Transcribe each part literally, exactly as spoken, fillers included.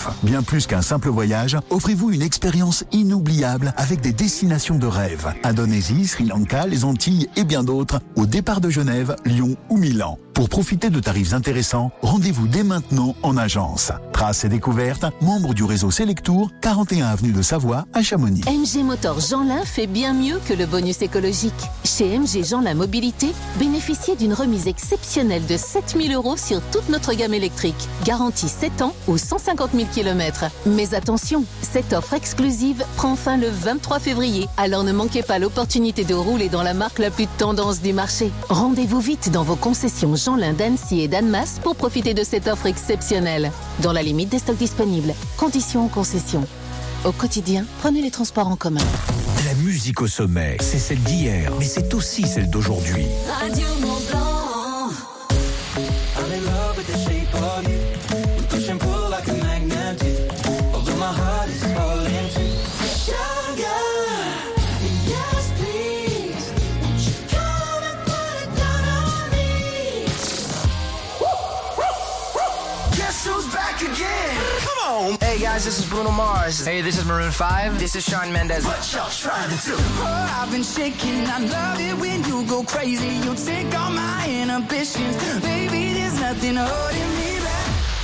F. Bien plus qu'un simple voyage, offrez-vous une expérience inoubliable avec des destinations de rêve. Indonésie, Sri Lanka, les Antilles et bien d'autres, au départ de Genève, Lyon ou Milan. Pour profiter de tarifs intéressants, rendez-vous dès maintenant en agence. Traces et découvertes, membre du réseau Selectour, quarante et un avenue de Savoie à Chamonix. M G Motors Jeanlin fait bien mieux que le bonus écologique. Chez M G Jeanlin Mobilité, bénéficiez d'une remise exceptionnelle de sept mille euros sur toute notre gamme électrique. Garantie sept ans ou cent cinquante mille kilomètres. Mais attention, cette offre exclusive prend fin le vingt-trois février. Alors ne manquez pas l'opportunité de rouler dans la marque la plus tendance du marché. Rendez-vous vite dans vos concessions Jeanlin d'Annecy et d'Annemasse pour profiter de cette offre exceptionnelle. Dans la limite des stocks disponibles. Conditions en concession. Au quotidien, prenez les transports en commun. La musique au sommet, c'est celle d'hier, mais c'est aussi celle d'aujourd'hui. Radio Mont-Blanc. I'm in love with the shape of you. We push and pull like a magnet. Although my heart is falling too. Sugar, yes please. Won't you come and put it down on me? Guess who's back again? Come on. Hey guys, this is Bruno Mars. Hey, this is Maroon five. This is Shawn Mendes. What y'all trying to do? Oh, I've been shaking. I love it when you go crazy. You take all my inhibitions. Baby, there's nothing holding me back.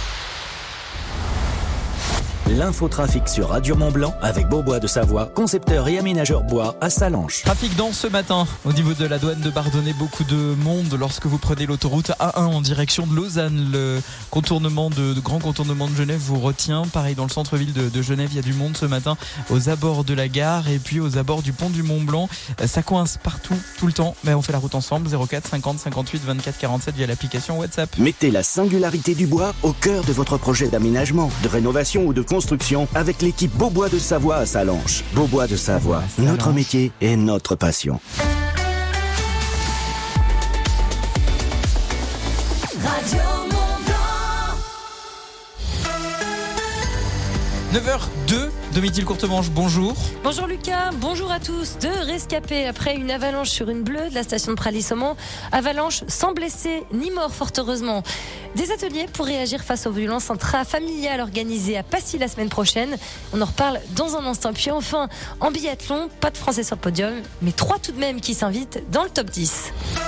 L'infotrafic sur Radio Mont-Blanc avec Beaubois de Savoie, concepteur et aménageur bois à Sallanches. Trafic dense ce matin au niveau de la douane de Bardonnay, beaucoup de monde lorsque vous prenez l'autoroute A un en direction de Lausanne. Le contournement de, de grand contournement de Genève vous retient. Pareil dans le centre-ville de, de Genève, il y a du monde ce matin aux abords de la gare et puis aux abords du pont du Mont-Blanc. Ça coince partout, tout le temps. Mais on fait la route ensemble. zéro quatre cinquante cinquante-huit vingt-quatre quarante-sept via l'application WhatsApp. Mettez la singularité du bois au cœur de votre projet d'aménagement, de rénovation ou de construction avec l'équipe Beaubois de Savoie à Sallanches. Beaubois de Savoie, notre métier et notre passion. Radio Mont-Blanc. neuf heures deux, Domitil Courtemanche, bonjour. Bonjour Lucas, bonjour à tous. Deux rescapés après une avalanche sur une bleue de la station de Praly-Saumon. Avalanche sans blessés ni morts fort heureusement. Des ateliers pour réagir face aux violences intrafamiliales organisées à Passy la semaine prochaine. On en reparle dans un instant. Puis enfin, en biathlon, pas de Français sur le podium, mais trois tout de même qui s'invitent dans le top dix.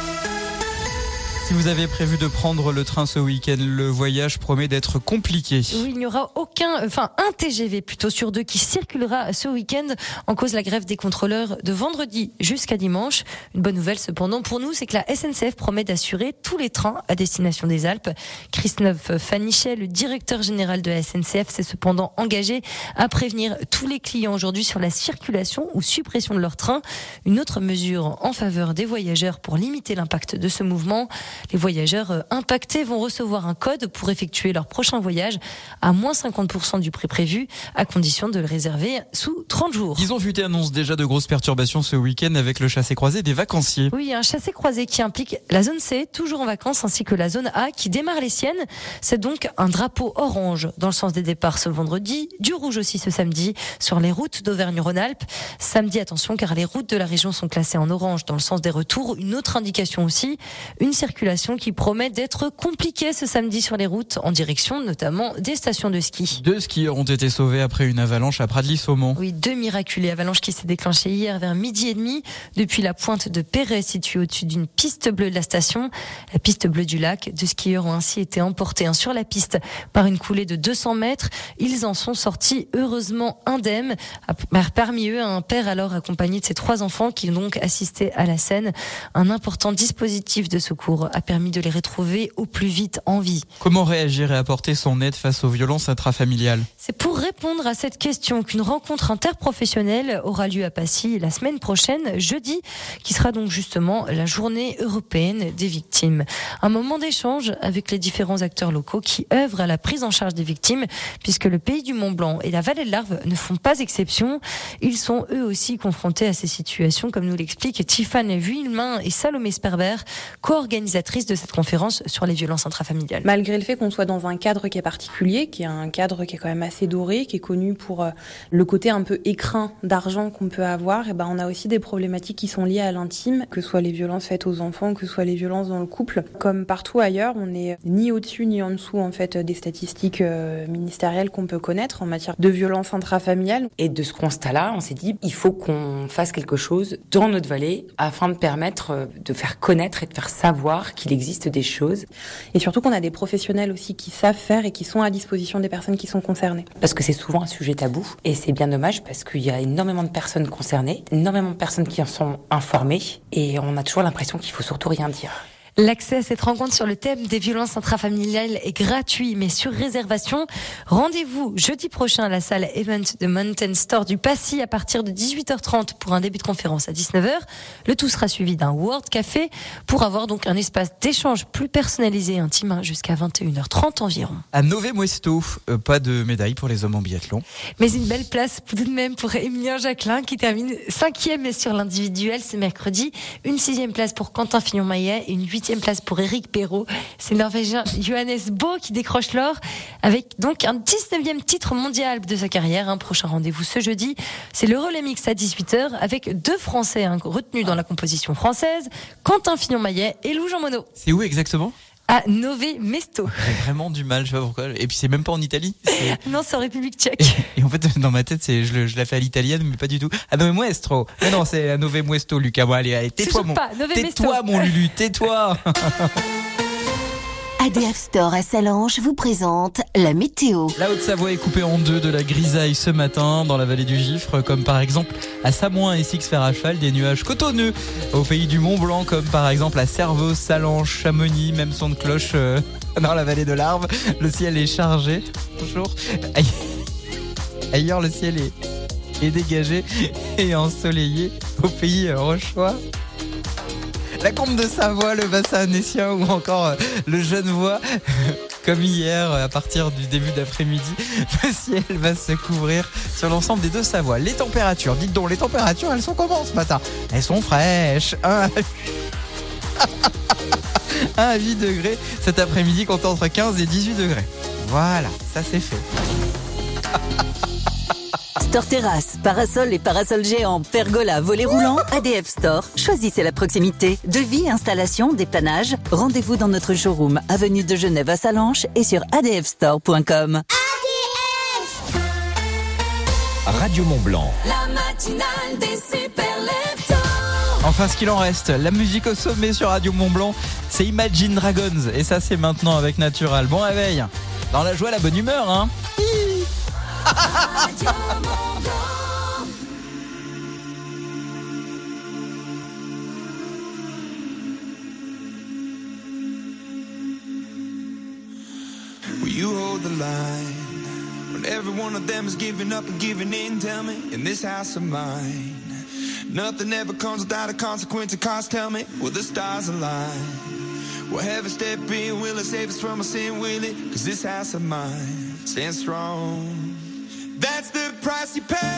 Si vous avez prévu de prendre le train ce week-end, le voyage promet d'être compliqué. Oui, il n'y aura aucun, enfin un T G V plutôt sur deux qui circulera ce week-end en cause de la grève des contrôleurs de vendredi jusqu'à dimanche. Une bonne nouvelle cependant pour nous, c'est que la S N C F promet d'assurer tous les trains à destination des Alpes. Christophe Fanichet, le directeur général de la S N C F, s'est cependant engagé à prévenir tous les clients aujourd'hui sur la circulation ou suppression de leur train. Une autre mesure en faveur des voyageurs pour limiter l'impact de ce mouvement. Les voyageurs impactés vont recevoir un code pour effectuer leur prochain voyage à moins cinquante pour cent du prix prévu, à condition de le réserver sous trente jours. Ils ont Futé annonce déjà de grosses perturbations ce week-end avec le chassé-croisé des vacanciers. Oui, un chassé-croisé qui implique la zone C, toujours en vacances, ainsi que la zone A qui démarre les siennes. C'est donc un drapeau orange dans le sens des départs ce vendredi, du rouge aussi ce samedi sur les routes d'Auvergne-Rhône-Alpes. Samedi, attention, car les routes de la région sont classées en orange dans le sens des retours. Une autre indication aussi, une circulation qui promet d'être compliquée ce samedi sur les routes en direction notamment des stations de ski. Deux skieurs ont été sauvés après une avalanche à Pradly-Saumon. Oui, deux miraculés. Avalanche qui s'est déclenchée hier vers midi et demi depuis la pointe de Perret située au-dessus d'une piste bleue de la station, la piste bleue du lac. Deux skieurs ont ainsi été emportés hein, sur la piste par une coulée de deux cents mètres. Ils en sont sortis heureusement indemnes. Parmi eux, un père alors accompagné de ses trois enfants qui ont donc assisté à la scène. Un important dispositif de secours a permis de les retrouver au plus vite en vie. Comment réagir et apporter son aide face aux violences intrafamiliales ? C'est pour répondre à cette question qu'une rencontre interprofessionnelle aura lieu à Passy la semaine prochaine, jeudi, qui sera donc justement la journée européenne des victimes. Un moment d'échange avec les différents acteurs locaux qui œuvrent à la prise en charge des victimes, puisque le pays du Mont-Blanc et la vallée de l'Arve ne font pas exception. Ils sont eux aussi confrontés à ces situations, comme nous l'expliquent Tiffany Vuillemin et Salomé Sperber, co-organisatrices organisatrice de cette conférence sur les violences intrafamiliales. Malgré le fait qu'on soit dans un cadre qui est particulier, qui est un cadre qui est quand même assez doré, qui est connu pour euh, le côté un peu écrin d'argent qu'on peut avoir, et ben on a aussi des problématiques qui sont liées à l'intime, que ce soit les violences faites aux enfants, que ce soit les violences dans le couple. Comme partout ailleurs, on n'est ni au-dessus ni en dessous en fait des statistiques euh, ministérielles qu'on peut connaître en matière de violences intrafamiliales. Et de ce constat-là, on s'est dit, il faut qu'on fasse quelque chose dans notre vallée afin de permettre de faire connaître et de faire savoir qu'il existe des choses. Et surtout qu'on a des professionnels aussi qui savent faire et qui sont à disposition des personnes qui sont concernées. Parce que c'est souvent un sujet tabou et c'est bien dommage parce qu'il y a énormément de personnes concernées, énormément de personnes qui en sont informées et on a toujours l'impression qu'il faut surtout rien dire. L'accès à cette rencontre sur le thème des violences intrafamiliales est gratuit, mais sur réservation. Rendez-vous jeudi prochain à la salle Event de Mountain Store du Passy à partir de dix-huit heures trente pour un début de conférence à dix-neuf heures. Le tout sera suivi d'un World Café pour avoir donc un espace d'échange plus personnalisé et intime jusqu'à vingt et une heures trente environ. À Nové Muesto, euh, pas de médaille pour les hommes en biathlon. Mais une belle place tout de même pour Emilien Jacquelin qui termine cinquième sur l'individuel ce mercredi. Une sixième place pour Quentin Fillon-Maillet et une huitième place pour Éric Perrault. C'est le Norvégien Johannes Bö qui décroche l'or avec donc un dix-neuvième titre mondial de sa carrière. Un prochain rendez-vous ce jeudi, c'est le relais mix à dix-huit heures avec deux Français hein, retenus dans la composition française, Quentin Fillon-Maillet et Lou Jean Monod. C'est où exactement ? À Nové Mesto. J'ai vraiment du mal, je sais pas pourquoi. Et puis c'est même pas en Italie. C'est... Non, c'est en République tchèque. Et, et en fait, dans ma tête, c'est, je, le, je la fais à l'italienne, mais pas du tout. À Nové Muesto. Mais non, c'est à Nové Muesto, Lucas. Bon, allez, allez, tais-toi, mon, pas, tais-toi, mon Lulu, tais-toi. A D F Store à Sallanches vous présente la météo. La Haute-Savoie est coupée en deux de la grisaille ce matin dans la vallée du Gifre, comme par exemple à Samoin et Six-Fer-à-Cheval, des nuages cotonneux au pays du Mont-Blanc, comme par exemple à Serveuse, Sallanches, Chamonix, même son de cloche euh, dans la vallée de l'Arve. Le ciel est chargé. Bonjour. Ailleurs, le ciel est, est dégagé et ensoleillé au pays rochois. La Combe de Savoie, le bassin annécien ou encore le Genevois, comme hier, à partir du début d'après-midi, le ciel va se couvrir sur l'ensemble des deux Savoies. Les températures, dites donc, les températures, elles sont comment ce matin ? Elles sont fraîches. un à huit degrés cet après-midi, compte entre quinze et dix-huit degrés. Voilà, ça c'est fait. Store terrasse, parasol et parasol géant, pergola, volet roulant, A D F Store. Choisissez la proximité. Devis, installation, dépannage. Rendez-vous dans notre showroom, avenue de Genève à Sallanches et sur a d f store point com. Radio Mont-Blanc. La matinale des super leftos. Enfin, ce qu'il en reste, la musique au sommet sur Radio Mont-Blanc, c'est Imagine Dragons. Et ça, c'est maintenant avec Natural. Bon réveil. Dans la joie, la bonne humeur, hein. Radio Mont-Blanc. Will you hold the line when every one of them is giving up and giving in? Tell me, in this house of mine, nothing ever comes without a consequence of cost. Tell me, will the stars align? Will heaven step in? Will it save us from our sin? Will it? Cause this house of mine stands strong. That's the price you pay.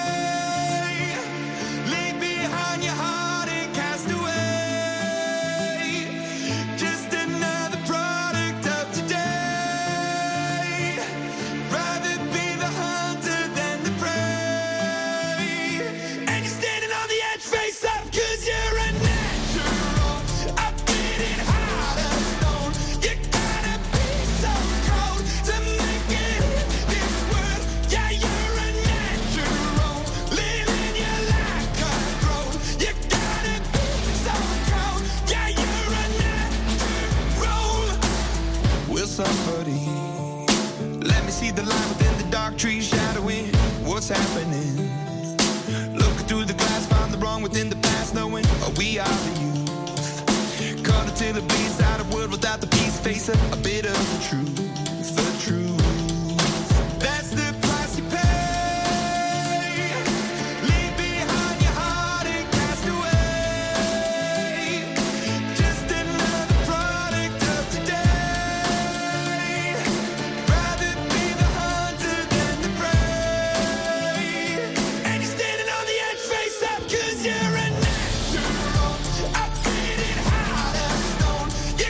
Leave behind your heart and cast away. Just another product of today. Rather be the hunter than the prey. And you're standing on the edge, face up, cause you're a natural. I've been in heart of stone. You gotta be so cold to make it in this world. Yeah, you're a natural. Living your life cutthroat. You gotta be so cold. Yeah, you're a natural. Will somebody let me see the light within the dark trees shadowing what's happening? Looking through the glass, find the wrong within the past, knowing oh, we are the youth. Caught until it bleeds out a world without the peace, face a, a bit of the truth, the truth. That's the price you pay. Leave behind your heart and cast away. Just another product of today. Rather be the hunter than the prey. And you're standing on the edge, face up, cause you're a natural. I've been in heart of stone. You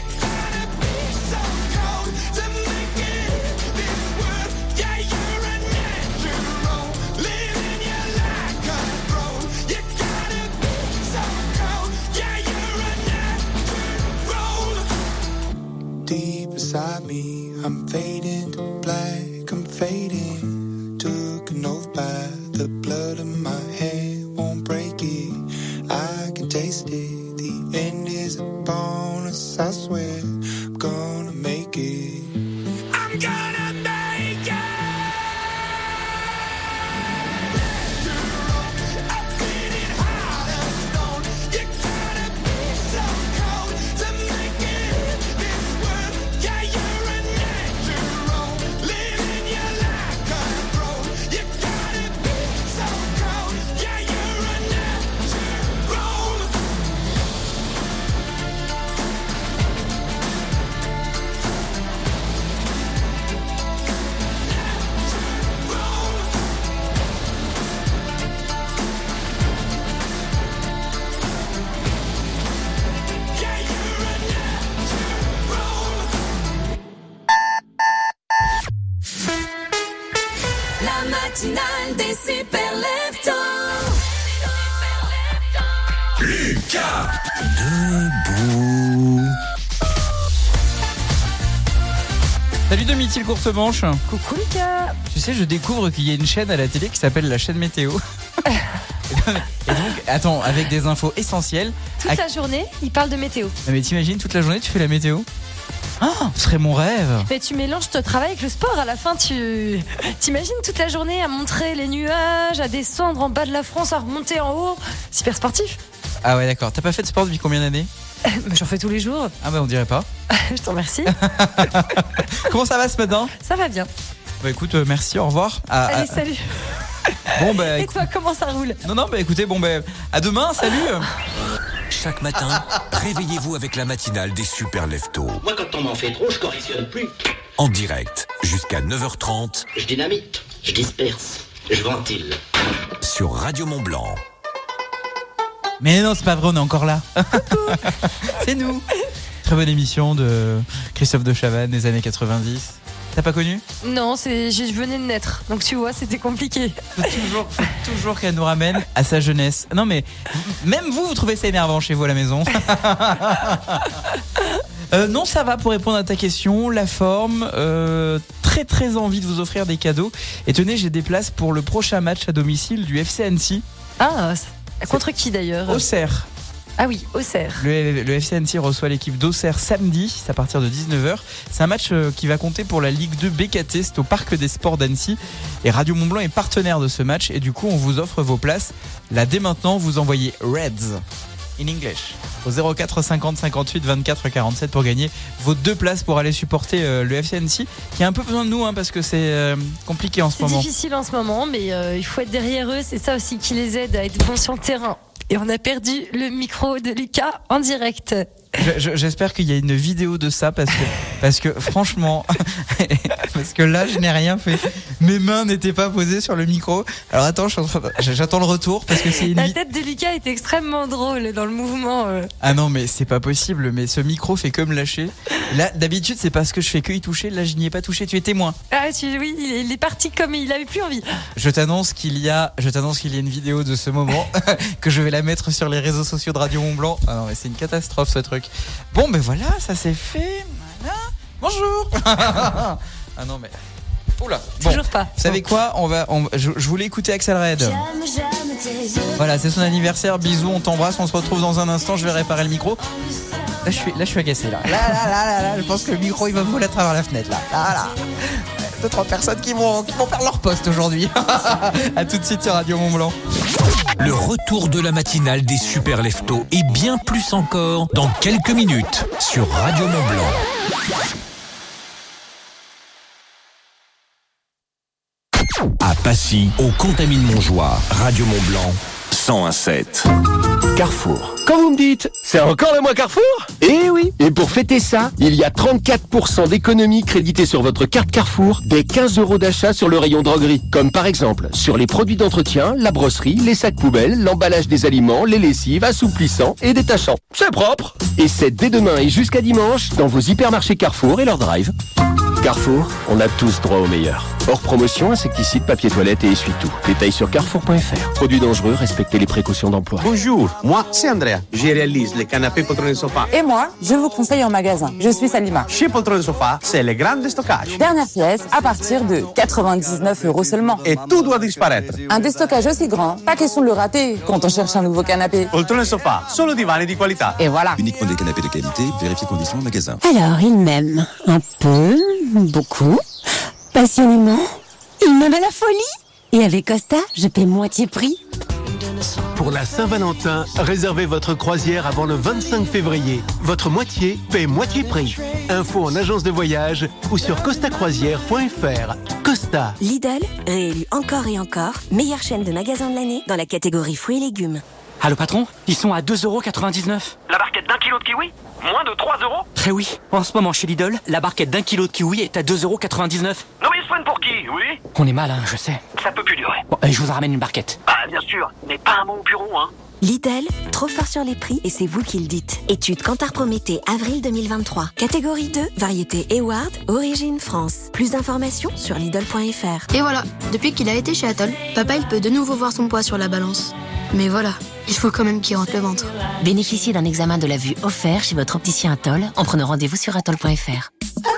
beside me. I'm fading to black, I'm fading. Took an oath by the blood of my head, won't break it. I can taste it. The end is upon us, I swear. I'm gonna make it. I'm gonna make it. La matinale des super leftos. Lucas debout. Salut Domitil Courtemanche. Coucou Lucas. Tu sais, je découvre qu'il y a une chaîne à la télé qui s'appelle la chaîne météo. Et donc, attends, avec des infos essentielles. Toute à... la journée, il parle de météo. Mais t'imagines, toute la journée, tu fais la météo ? Ah, ce serait mon rêve. Mais tu mélanges ton travail avec le sport. À la fin, tu t'imagines toute la journée à montrer les nuages, à descendre en bas de la France, à remonter en haut. C'est hyper sportif. Ah ouais, d'accord. T'as pas fait de sport depuis combien d'années ? J'en fais tous les jours. Ah bah on dirait pas. Je t'en remercie. Comment ça va ce matin ? Ça va bien. Bah écoute, euh, merci, au revoir. À, Allez, à... salut. Bon bah. Et toi, comment ça roule ? Non non, bah écoutez, bon bah à demain, salut. Chaque matin, réveillez-vous avec la matinale des super leftos. Moi, quand on m'en fait trop, je correctionne plus. En direct, jusqu'à neuf heures trente. Je dynamite, je disperse, je ventile. Sur Radio Mont-Blanc. Mais non, c'est pas vrai, on est encore là. C'est nous. Très bonne émission de Christophe de Chavannes des années quatre-vingt-dix. T'as pas connu ? Non, c'est, je venais de naître. Donc tu vois, c'était compliqué. Faut toujours, faut toujours qu'elle nous ramène à sa jeunesse. Non mais, même vous, vous trouvez ça énervant chez vous à la maison. euh, Non, ça va pour répondre à ta question. La forme, euh, très très envie de vous offrir des cadeaux. Et tenez, j'ai des places pour le prochain match à domicile du F C Annecy. Ah, contre qui d'ailleurs ? Auxerre. Ah oui, Auxerre. Le, le F C Annecy reçoit l'équipe d'Auxerre samedi, c'est à partir de dix-neuf heures. C'est un match qui va compter pour la Ligue deux B K T, c'est au Parc des Sports d'Annecy. Et Radio Mont-Blanc est partenaire de ce match et du coup on vous offre vos places. Là dès maintenant, vous envoyez Reds in English au zéro quatre cinquante cinquante-huit vingt-quatre quarante-sept pour gagner vos deux places pour aller supporter euh, le F C Annecy qui a un peu besoin de nous hein, parce que c'est euh, compliqué en ce c'est moment. C'est difficile en ce moment mais euh, il faut être derrière eux, c'est ça aussi qui les aide à être bons sur le terrain. Et on a perdu le micro de Lucas en direct. Je, je, j'espère qu'il y a une vidéo de ça parce que, parce que franchement, parce que là je n'ai rien fait. Mes mains n'étaient pas posées sur le micro. Alors attends, je suis en train de, j'attends le retour parce que c'est une. La tête de Lucas est extrêmement drôle dans le mouvement. Euh. Ah non mais c'est pas possible. Mais ce micro fait que me lâcher. Là d'habitude c'est parce que je fais que y toucher. Là je n'y ai pas touché. Tu es témoin. Ah tu, oui, il est parti comme il avait plus envie. Je t'annonce qu'il y a, je t'annonce qu'il y a une vidéo de ce moment que je vais la mettre sur les réseaux sociaux de Radio Mont-Blanc. Ah non mais c'est une catastrophe ce truc. Bon ben voilà, ça c'est fait. Voilà. Bonjour. Ah non mais. Oula. Bon, toujours pas. Vous savez quoi ? On va, on, je, je voulais écouter Axel Red. Voilà, c'est son anniversaire. Bisous, on t'embrasse. On se retrouve dans un instant. Je vais réparer le micro. Là, je suis, là, je suis agacé là. Là, là, là, là, là. Je pense que le micro il va voler à travers la fenêtre là. Là, là. Deux, trois personnes qui vont, qui vont perdre leur poste aujourd'hui. À tout de suite sur Radio Mont-Blanc. Le retour de la matinale des super leftos et bien plus encore dans quelques minutes sur Radio Mont-Blanc. À Passy, au Contamine-Montjoie, Radio Mont-Blanc, cent un virgule sept. Carrefour. Quand vous me dites, c'est encore le mois Carrefour ? Eh oui. Et pour fêter ça, il y a trente-quatre pour cent d'économies créditées sur votre carte Carrefour dès quinze euros d'achat sur le rayon droguerie. Comme par exemple, sur les produits d'entretien, la brosserie, les sacs poubelles, l'emballage des aliments, les lessives, assouplissants et détachants. C'est propre. Et c'est dès demain et jusqu'à dimanche dans vos hypermarchés Carrefour et leur drive. Carrefour, on a tous droit au meilleur. Hors promotion, insecticide, papier toilette et essuie-tout. Détails sur carrefour point f r. Produits dangereux, respectez les précautions d'emploi. Bonjour, moi c'est Andrea. Je réalise les canapés poltrons et sofa. Et moi, je vous conseille en magasin. Je suis Salima. Chez Poltron et Sofa, c'est le grand déstockage. Dernière pièce à partir de quatre-vingt-dix-neuf euros seulement. Et tout doit disparaître. Un déstockage aussi grand, pas question de le rater quand on cherche un nouveau canapé. Poltron et Sofa, solo divani di qualità. Et voilà. Uniquement des canapés de qualité, vérifiez conditions en magasin. Alors, il m'aime un peu, beaucoup, passionnément. Il m'aime à la folie. Et avec Costa, je paie moitié prix. Pour la Saint-Valentin, réservez votre croisière avant le vingt-cinq février. Votre moitié paie moitié prix. Info en agence de voyage ou sur costa croisière point f r. Costa. Lidl, réélu encore et encore, meilleure chaîne de magasins de l'année dans la catégorie fruits et légumes. Allô patron, ils sont à deux euros quatre-vingt-dix-neuf. La barquette d'un kilo de kiwi, moins de trois euros. Eh oui, en ce moment chez Lidl, la barquette d'un kilo de kiwi est à deux euros quatre-vingt-dix-neuf. Non mais ils se prennent pour qui, oui? On est mal, hein, je sais. Ça peut plus durer. Bon, allez, je vous en ramène une barquette. Ah bien sûr, mais pas un mot au bureau, hein. Lidl, trop fort sur les prix et c'est vous qui le dites. Étude Kantar Prométhée, avril deux mille vingt-trois. Catégorie deux, variété Eward, origine France. Plus d'informations sur Lidl point f r. Et voilà, depuis qu'il a été chez Atoll, papa il peut de nouveau voir son poids sur la balance. Mais voilà, il faut quand même qu'il rentre le ventre. Bénéficiez d'un examen de la vue offert chez votre opticien Atoll en prenant rendez-vous sur atoll point f r.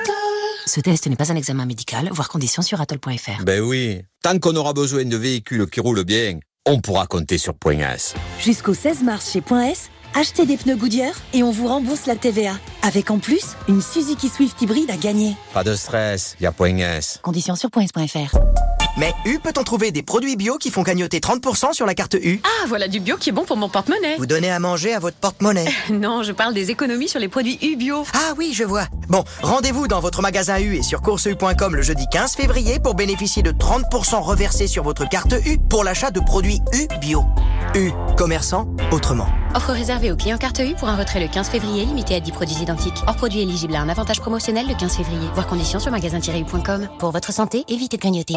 Ce test n'est pas un examen médical, voire conditions sur atoll point f r. Ben oui, tant qu'on aura besoin de véhicules qui roulent bien, on pourra compter sur Point S. Jusqu'au seize mars chez Point S, achetez des pneus Goodyear et on vous rembourse la T V A. Avec en plus, une Suzuki Swift hybride à gagner. Pas de stress, il y a Point S. Conditions sur point s point f r. Mais U peut-on trouver des produits bio qui font cagnotter trente pour cent sur la carte U? Ah, voilà du bio qui est bon pour mon porte-monnaie. Vous donnez à manger à votre porte-monnaie. Non, je parle des économies sur les produits U bio. Ah oui, je vois. Bon, rendez-vous dans votre magasin U et sur course u point com le jeudi quinze février pour bénéficier de trente pour cent reversés sur votre carte U pour l'achat de produits U bio. U, commerçant autrement. Offre réservée aux clients carte U pour un retrait le quinze février, limité à dix produits identiques. Hors produit éligible à un avantage promotionnel le quinze février. Voir conditions sur magasin tiret u point com. Pour votre santé, évitez de grignoter.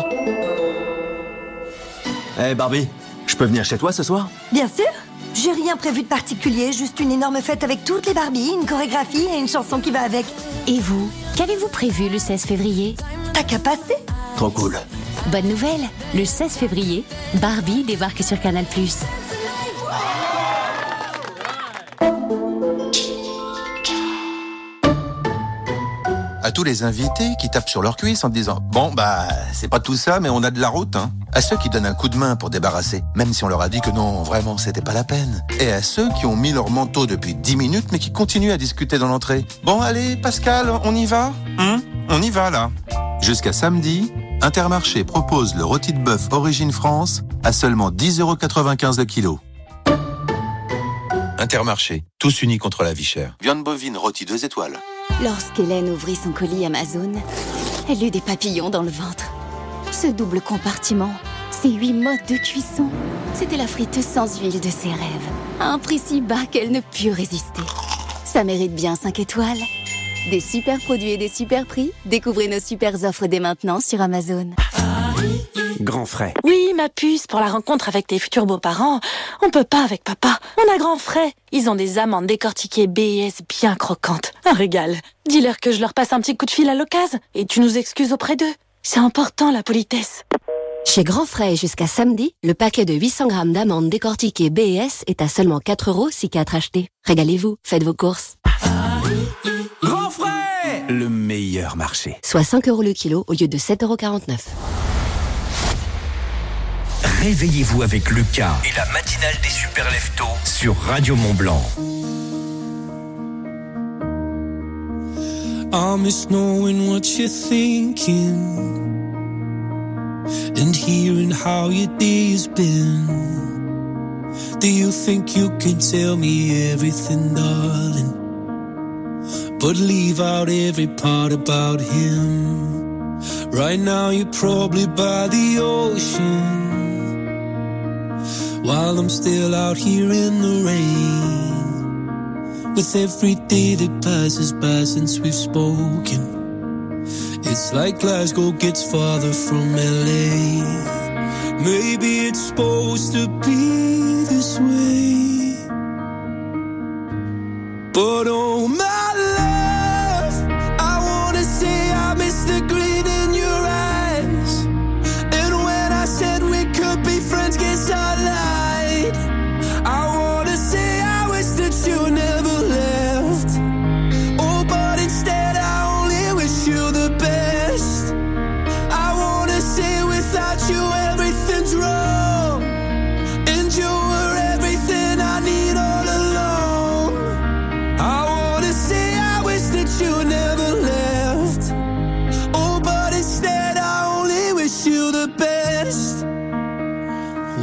Eh hey Barbie, je peux venir chez toi ce soir? Bien sûr. J'ai rien prévu de particulier, juste une énorme fête avec toutes les Barbies, une chorégraphie et une chanson qui va avec. Et vous, qu'avez-vous prévu le seize février? T'as qu'à passer. Trop cool. Bonne nouvelle, le seize février, Barbie débarque sur Canal plus. À tous les invités qui tapent sur leurs cuisses en disant « Bon, bah, c'est pas tout ça, mais on a de la route, hein ». À ceux qui donnent un coup de main pour débarrasser, même si on leur a dit que non, vraiment, c'était pas la peine. Et à ceux qui ont mis leur manteau depuis dix minutes, mais qui continuent à discuter dans l'entrée. Bon, allez, Pascal, on y va hum On y va, là. Jusqu'à samedi, Intermarché propose le rôti de bœuf Origine France à seulement dix euros quatre-vingt-quinze le kilo. Intermarché, tous unis contre la vie chère. Viande bovine rôti deux étoiles. Lorsqu'Hélène ouvrit son colis Amazon, elle eut des papillons dans le ventre. Ce double compartiment, ces huit modes de cuisson, c'était la friteuse sans huile de ses rêves. À un prix si bas qu'elle ne put résister. Ça mérite bien cinq étoiles. Des super produits et des super prix. Découvrez nos super offres dès maintenant sur Amazon. Grand frais. Oui, ma puce, pour la rencontre avec tes futurs beaux-parents, on peut pas avec papa. On a grand frais. Ils ont des amandes décortiquées B S bien croquantes. Un régal. Dis-leur que je leur passe un petit coup de fil à l'occasion et tu nous excuses auprès d'eux. C'est important, la politesse. Chez Grand Frais, jusqu'à samedi, le paquet de huit cents grammes d'amandes décortiquées B S est à seulement quatre euros si quatre achetés. Régalez-vous, faites vos courses. Grand frais, le meilleur marché. Soit cinq euros le kilo au lieu de sept euros quarante-neuf. Réveillez-vous avec Lucas et la matinale des super leftos sur Radio Mont-Blanc. I miss knowing what you're thinking and hearing how your day's been. Do you think you can tell me everything, darling, but leave out every part about him? Right now you're probably by the ocean, while I'm still out here in the rain. With every day that passes by since we've spoken, it's like Glasgow gets farther from L A. Maybe it's supposed to be this way, but oh my love, I wanna say I miss the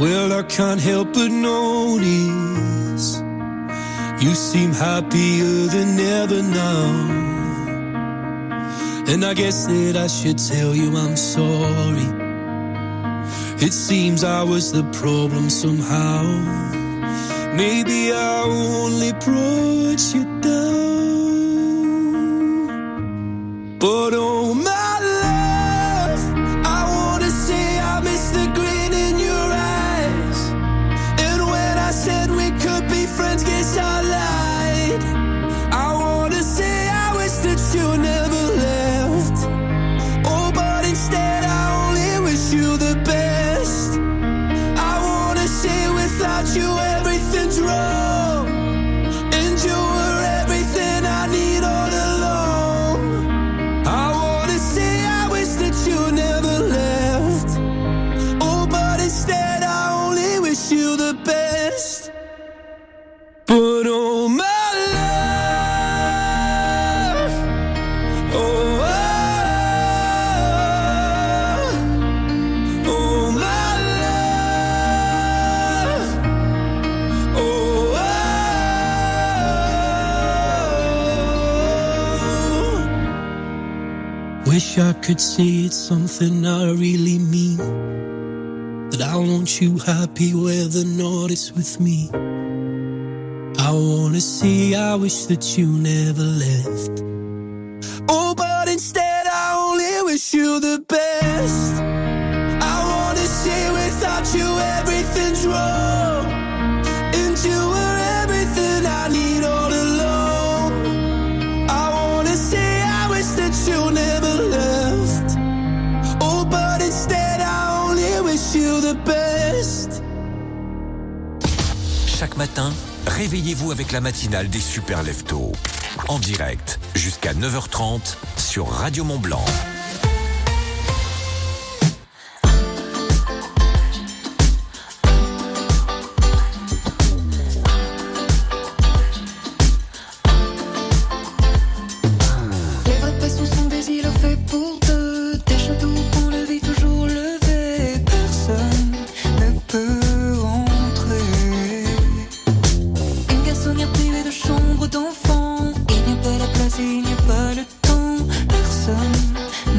Well, I can't help but notice you seem happier than ever now. And I guess that I should tell you I'm sorry. It seems I was the problem somehow. Maybe I only brought you down. But oh my love, I wanna say I miss the grin in your eyes. And when I said we could be friends, guess I lied. I wanna say I wish that you never left. Oh, but instead I only wish you the best. I wanna say without you everything's wrong, and you were everything I need all along. I wanna say I wish that you never left. Oh, but instead I only wish you the best. But oh my love, oh, oh, oh my love, oh, oh. Wish I could say it's something I really mean, that I want you happy whether or not it's with me. I wanna say I wish that you never left. Oh, but instead I only wish you the best. I wanna say without you everything's wrong, and you were everything I need all along. I wanna say I wish that you never left. Oh, but instead I only wish you the best. Chaque matin, réveillez-vous avec la matinale des Super Leftos. En direct, jusqu'à neuf heures trente sur Radio Mont-Blanc. Les vraies passions sont des îlots faits pour deux, des châteaux qu'on le vit toujours levé. Personne ne peut entrer. Une garçonnière privée de chambre d'enfant. Il n'y a pas la place et il n'y a pas le temps. Personne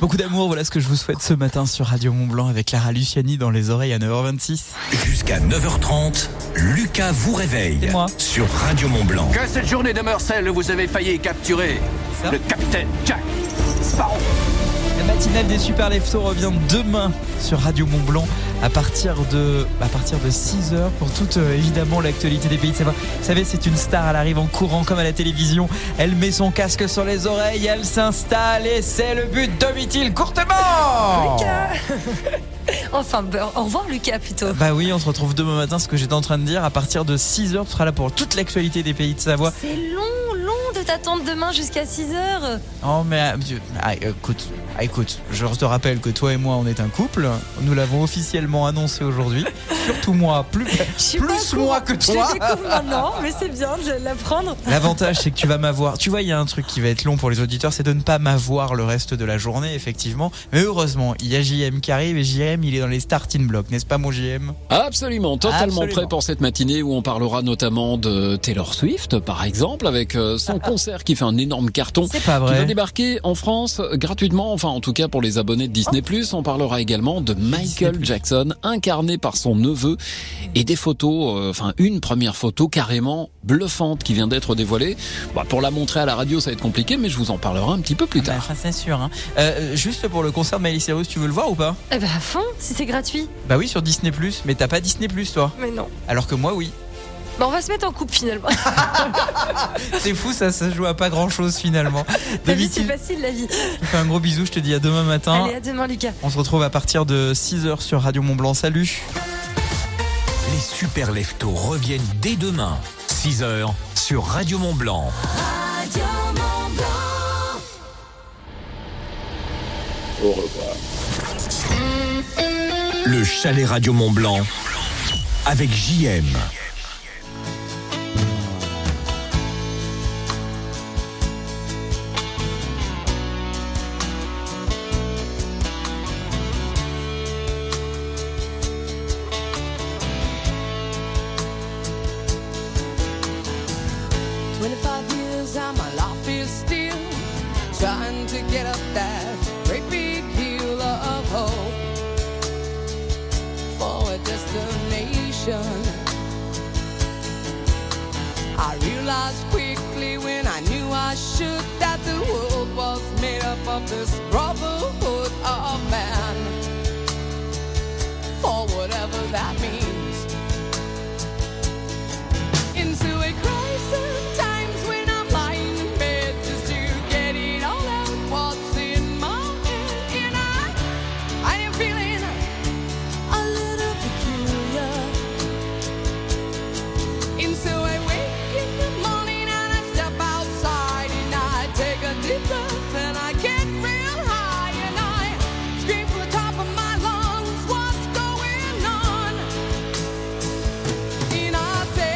Beaucoup d'amour, voilà ce que je vous souhaite ce matin sur Radio Mont-Blanc avec Clara Luciani dans les oreilles à neuf heures vingt-six. Jusqu'à neuf heures trente, Lucas vous réveille moi. sur Radio Mont-Blanc. Que cette journée demeure celle où vous avez failli capturer le capitaine Jack Sparrow. La matinale des Super Leftos revient demain sur Radio Mont-Blanc à partir de, à partir de six heures pour toute euh, évidemment l'actualité des Pays de Savoie. Vous savez, c'est une star, elle arrive en courant comme à la télévision. Elle met son casque sur les oreilles, elle s'installe et c'est le but. Domitil Courtement. Lucas. Enfin, bah, au revoir Lucas plutôt. Bah oui, on se retrouve demain matin, ce que j'étais en train de dire. À partir de six heures, tu seras là pour toute l'actualité des Pays de Savoie. C'est long, long de t'attendre demain jusqu'à six heures. Oh mais ah, écoute, ah, écoute, je te rappelle que toi et moi on est un couple. Nous l'avons officiellement annoncé aujourd'hui. Surtout moi, plus, plus moi que toi. Je découvre maintenant, mais c'est bien de l'apprendre. L'avantage c'est que tu vas m'avoir. Tu vois, il y a un truc qui va être long pour les auditeurs, c'est de ne pas m'avoir le reste de la journée, effectivement. Mais heureusement, il y a J M qui arrive et J M il est dans les starting blocks, n'est-ce pas mon J M ? Absolument, totalement Absolument. prêt pour cette matinée où on parlera notamment de Taylor Swift, par exemple, avec son concert qui fait un énorme carton. C'est pas vrai. Qui va débarquer en France gratuitement, enfin en tout cas pour les abonnés de Disney+. On parlera également de Michael Jackson, incarné par son neveu, et des photos, euh, enfin une première photo carrément bluffante qui vient d'être dévoilée. Bah, pour la montrer à la radio, ça va être compliqué, mais je vous en parlerai un petit peu plus tard. Bah, c'est sûr. Hein. Euh, juste pour le concert de Miley Cyrus, tu veux le voir ou pas ? Eh ben à fond, si c'est gratuit. Bah oui, sur Disney+, mais t'as pas Disney+, toi ? Mais non. Alors que moi, oui. Bah on va se mettre en couple finalement. C'est fou, ça, ça se joue à pas grand chose finalement. La vie, c'est facile la vie. Je te fais un gros bisou, je te dis à demain matin. Allez, à demain Lucas. On se retrouve à partir de six heures sur Radio Mont-Blanc. Salut. Les Super Leftos reviennent dès demain, six heures sur Radio Mont-Blanc. Radio Mont-Blanc. Au revoir. Le chalet Radio Mont-Blanc avec J M. twenty-five years and my life is still trying to get up that great big hill of hope for a destination. I realized quickly when I knew I should that the world was made up of this brotherhood of man, for whatever that means. Into a crisis times when I'm lying in bed just to get it all out what's in my head. And I, I am feeling a little peculiar. And so I wake in the morning and I step outside and I take a deep breath and I get real high and I scream from the top of my lungs, what's going on? And I say,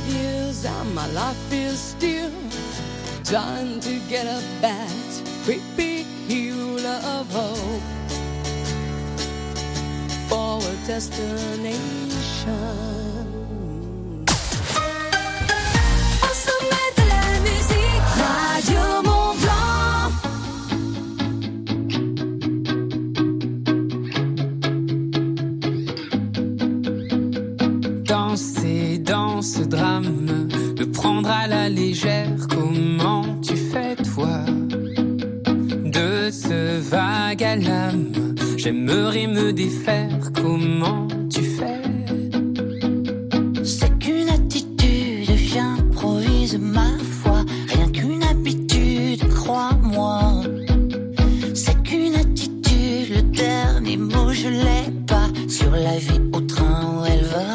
years and my life is still trying to get up that creepy hill of hope for a destination. Au sommet de la musique, Radio Mont-Blanc. Danser dans ce drame, le prendre à la légère, comment tu fais toi? De ce vague à l'âme, j'aimerais me défaire, comment tu fais? C'est qu'une attitude, j'improvise ma foi, rien qu'une habitude, crois-moi. C'est qu'une attitude, le dernier mot je l'ai pas, sur la vie au train où elle va.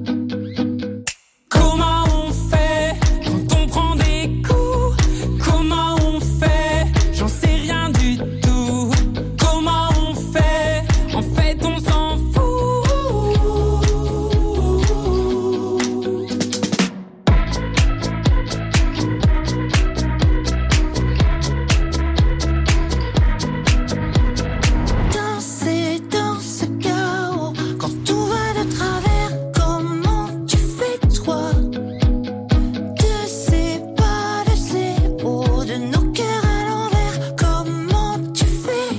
Comment on fait quand on prend des coups? Comment on fait? J'en sais rien du tout. Comment on fait? En fait on s'en fout. Danser dans ce chaos, quand tout va de travers, comment tu fais toi? De ces pas, de ces hauts, de nos cœurs à l'envers, comment tu fais?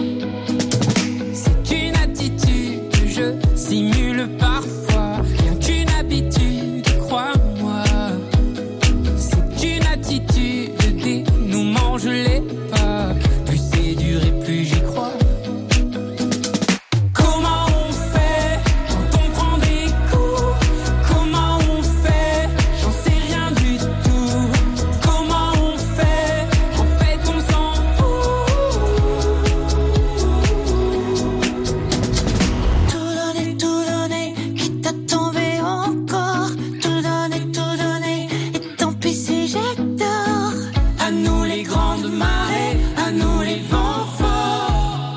C'est une attitude que je simule parfois, rien qu'une habitude, crois-moi. C'est une attitude, le dénouement je l'ai pas, plus c'est dur et plus j'y crois. Comment on fait quand on prend des coups? Comment on fait? J'en sais rien du tout. Comment on fait? En fait on s'en fout. Tout donner, tout donner, quitte à tomber encore. Tout donner, tout donner, et tant pis si j'ai tort. À nous les grandes marées, à nous les vents forts.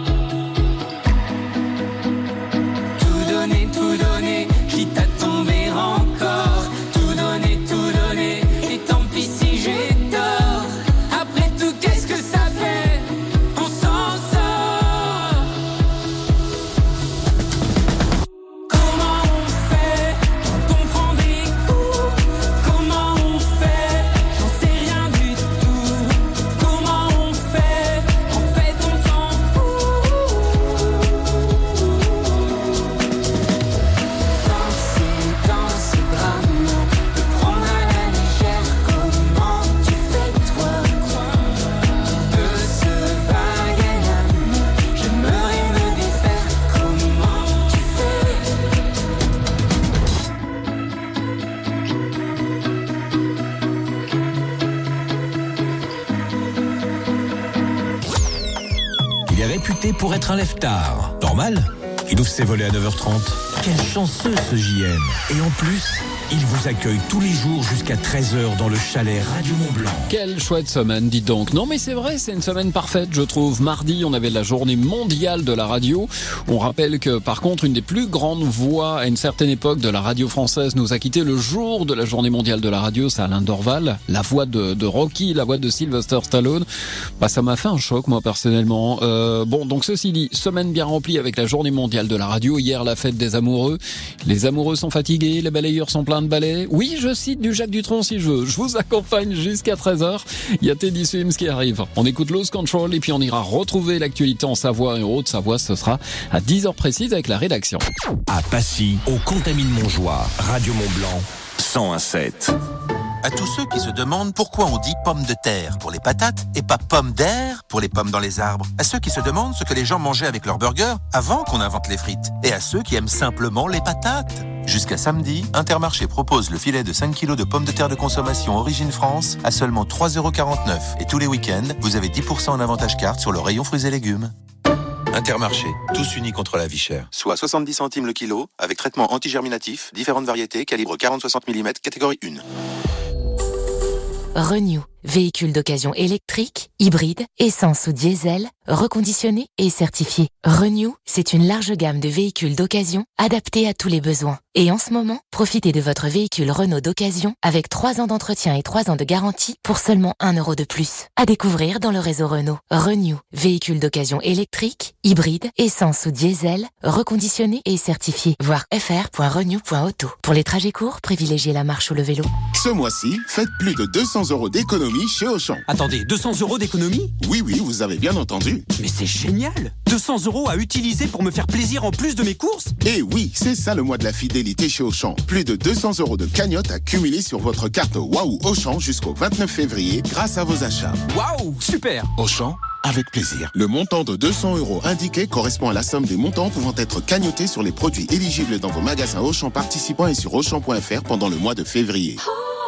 Tout donner, tout donner, quitte à tomber encore. Tout donner, tout donner, et tant pis si j'ai tort. Après tout, qu'est-ce que ça fait? On s'en sort. Comment on fait quand on prend des coups? Comment on fait? J'en sais rien du tout. Comment on fait? En fait on s'en fout. Danser dans ce drame, le prendre à la légère, comment tu fais toi? De ce vague à l'âme, j'aimerais me défaire, comment tu fais? Il est réputé pour être un lève-tard. Normal. Il ouvre ses volets à neuf heures trente. Quel chanceux ce J M. Et en plus, il vous accueille tous les jours jusqu'à treize heures dans le chalet Radio Mont-Blanc. Quelle chouette semaine, dites donc. Non mais c'est vrai, c'est une semaine parfaite, je trouve. Mardi, on avait la journée mondiale de la radio. On rappelle que par contre, une des plus grandes voix à une certaine époque de la radio française nous a quitté le jour de la journée mondiale de la radio, c'est Alain Dorval, la voix de, de Rocky, la voix de Sylvester Stallone. Bah ça m'a fait un choc moi personnellement. Euh, bon donc ceci dit, semaine bien remplie avec la journée mondiale de la radio. Hier la fête des amoureux. Les amoureux sont fatigués, les balayeurs sont pleins de balais. Oui, je cite du Jacques Dutronc si je veux. Je vous accompagne jusqu'à treize heures. Il y a Teddy Swims qui arrive. On écoute Lost Control et puis on ira retrouver l'actualité en Savoie et en Haute-Savoie. Ce sera à dix heures précises avec la rédaction. À Passy, au Contamine-Montjoie, Radio Mont-Blanc, cent un virgule sept. À tous ceux qui se demandent pourquoi on dit pomme de terre pour les patates et pas pomme d'air pour les pommes dans les arbres. À ceux qui se demandent ce que les gens mangeaient avec leur burger avant qu'on invente les frites. Et à ceux qui aiment simplement les patates. Jusqu'à samedi, Intermarché propose le filet de cinq kilos de pommes de terre de consommation Origine France à seulement trois euros quarante-neuf. Et tous les week-ends, vous avez dix pour cent en avantage carte sur le rayon fruits et légumes. Intermarché, tous unis contre la vie chère. Soit soixante-dix centimes le kilo, avec traitement antigerminatif, différentes variétés, calibre quarante à soixante millimètres, catégorie un. Renew, véhicule d'occasion électrique, hybride, essence ou diesel, reconditionné et certifié. Renew, c'est une large gamme de véhicules d'occasion adaptés à tous les besoins. Et en ce moment, profitez de votre véhicule Renault d'occasion avec trois ans d'entretien et trois ans de garantie pour seulement un euro de plus. À découvrir dans le réseau Renault. Renew, véhicule d'occasion électrique, hybride, essence ou diesel, reconditionné et certifié. Voir f r point renew point auto. Pour les trajets courts, privilégiez la marche ou le vélo. Ce mois-ci, faites plus de deux cents euros d'économie chez Auchan. Attendez, deux cents euros d'économie ? Oui, oui, vous avez bien entendu. Mais c'est génial ! deux cents euros à utiliser pour me faire plaisir en plus de mes courses ? Eh oui, c'est ça le mois de la fidélité chez Auchan. Plus de deux cents euros de cagnotte à cumuler sur votre carte Waouh Auchan jusqu'au vingt-neuf février grâce à vos achats. Waouh, super ! Auchan, avec plaisir. Le montant de deux cents euros indiqué correspond à la somme des montants pouvant être cagnotés sur les produits éligibles dans vos magasins Auchan participants et sur auchan point f r pendant le mois de février.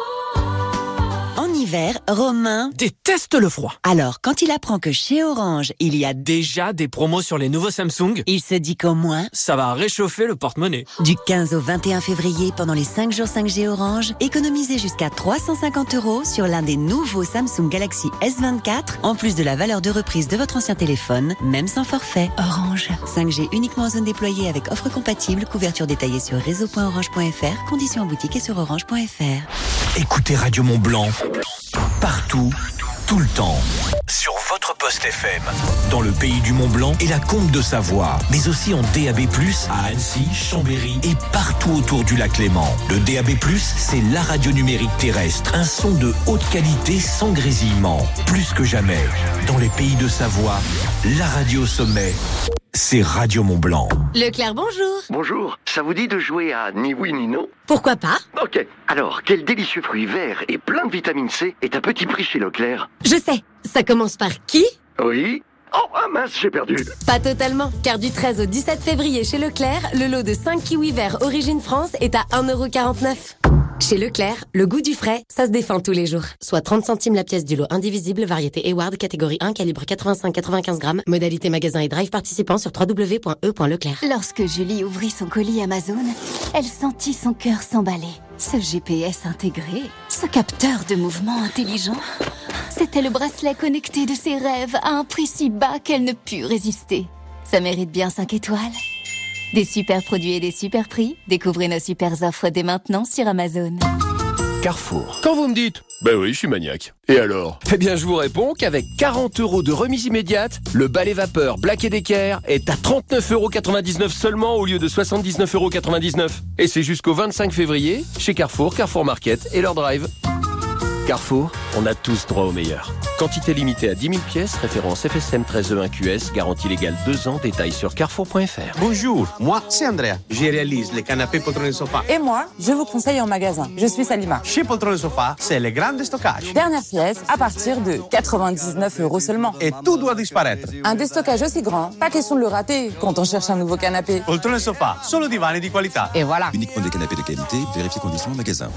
En hiver, Romain déteste le froid. Alors, quand il apprend que chez Orange, il y a déjà des promos sur les nouveaux Samsung, il se dit qu'au moins, ça va réchauffer le porte-monnaie. Du quinze au vingt et un février, pendant les cinq jours cinq G Orange, économisez jusqu'à trois cent cinquante euros sur l'un des nouveaux Samsung Galaxy S vingt-quatre, en plus de la valeur de reprise de votre ancien téléphone, même sans forfait. Orange. cinq G uniquement en zone déployée avec offre compatible, couverture détaillée sur réseau point orange point f r, conditions en boutique et sur orange point f r. Écoutez Radio Mont Blanc. Partout, tout le temps. Sur votre poste F M. Dans le pays du Mont Blanc et la Combe de Savoie. Mais aussi en D A B plus, à Annecy, Chambéry et partout autour du lac Léman. Le D A B plus, c'est la radio numérique terrestre. Un son de haute qualité sans grésillement. Plus que jamais. Dans les pays de Savoie, la radio sommet, c'est Radio Mont Blanc. Leclerc, bonjour. Bonjour, ça vous dit de jouer à ni oui ni non ? Pourquoi pas ? Ok, alors, quel délicieux fruit vert et plein de vitamine C est à petit prix chez Leclerc ? Je sais, ça commence par qui ? Oui ? Oh, ah mince, j'ai perdu. Pas totalement, car du treize au dix-sept février chez Leclerc, le lot de cinq kiwis verts Origine France est à un euro quarante-neuf. Chez Leclerc, le goût du frais, ça se défend tous les jours. Soit trente centimes la pièce du lot indivisible, variété Eward, catégorie un, calibre quatre-vingt-cinq à quatre-vingt-quinze grammes, modalité magasin et drive participant sur w w w point e point leclerc. Lorsque Julie ouvrit son colis Amazon, elle sentit son cœur s'emballer. Ce G P S intégré, ce capteur de mouvement intelligent, c'était le bracelet connecté de ses rêves à un prix si bas qu'elle ne put résister. Ça mérite bien cinq étoiles. Des super produits et des super prix, découvrez nos super offres dès maintenant sur Amazon. Carrefour. Quand vous me dites « Ben oui, je suis maniaque ». Et alors ? Eh bien, je vous réponds qu'avec quarante euros de remise immédiate, le balai vapeur Black & Decker est à trente-neuf euros quatre-vingt-dix-neuf seulement au lieu de soixante-dix-neuf euros quatre-vingt-dix-neuf. Et c'est jusqu'au vingt-cinq février chez Carrefour, Carrefour Market et leur drive. Carrefour, on a tous droit au meilleur. Quantité limitée à dix mille pièces, référence F S M treize E un Q S, garantie légale deux ans, détail sur carrefour point f r. Bonjour, moi c'est Andrea. Je réalise les canapés poltrons sofa. Et moi, je vous conseille en magasin. Je suis Salima. Chez Poltrons sofa, c'est le grand stockage. Dernière pièce à partir de quatre-vingt-dix-neuf euros seulement. Et tout doit disparaître. Un déstockage aussi grand, pas question de le rater quand on cherche un nouveau canapé. Poltrons sofa, solo divani di qualità. Et voilà. Uniquement des canapés de qualité, vérifiez conditions en magasin.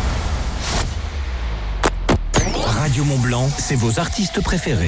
Radio Mont Blanc, c'est vos artistes préférés.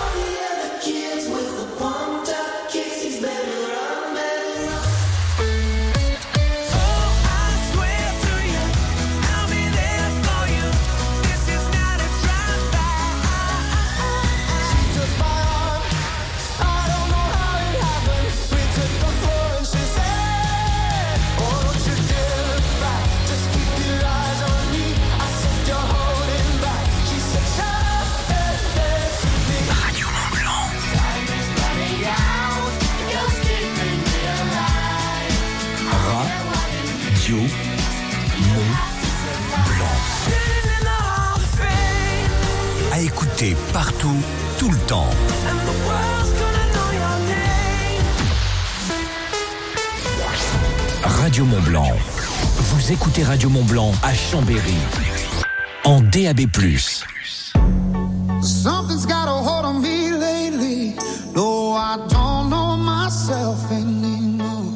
À écouter partout, tout le temps. Radio Mont Blanc. Vous écoutez Radio Mont Blanc à Chambéry. En D A B plus. Something's got a hold on me lately. No, I don't know myself anymore.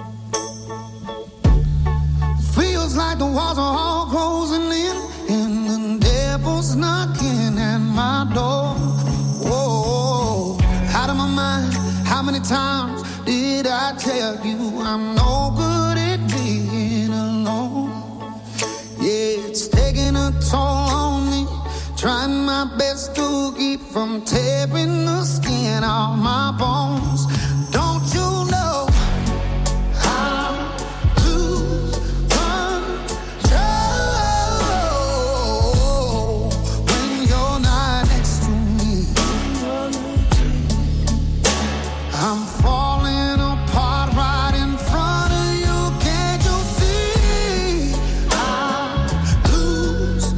Feels like the walls are all closing in, and the devil's knocking at my door. Whoa, out of my mind. How many times did I tell you I'm no good at being alone? Yeah, it's taking a toll on me, trying my my best to keep from tearing the skin off my bones. Don't you know I lose control when you're not next to me? I'm falling apart right in front of you. Can't you see? I lose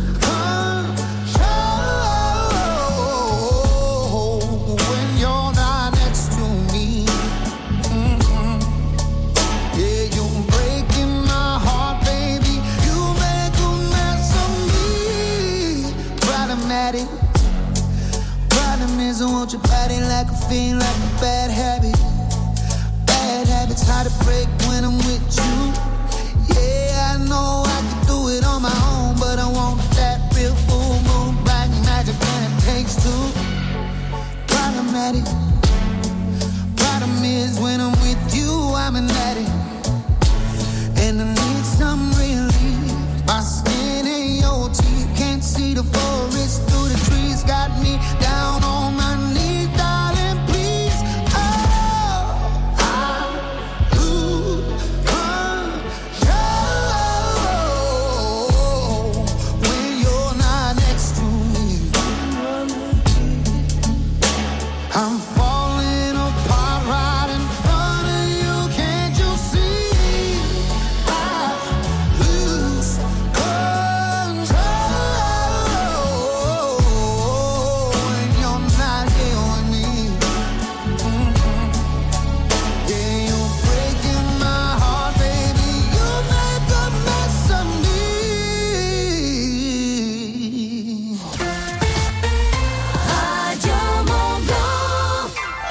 control when you're not next to me. Mm-mm. Yeah, you're breaking my heart, baby. You make a mess of me. Problematic. Problem is, I want your body like a fiend, like a bad habit. Bad habits hard to break when I'm with you. Yeah, I know I can do it on my own, but I want that real full moon, black magic, and it takes two. Problematic. Problem is, when I'm with you, I'm an addict, and I need some relief. My skin and your teeth can't see the forest through the trees. Got me down on my knees, darling, please. Oh, I lose control when you're not next to me. I'm falling apart right in front of you. Can't you see? I lose control when you're not here with me. Mm-mm. Yeah, you're breaking my heart, baby. You make a mess of me. Radio Mont Blanc.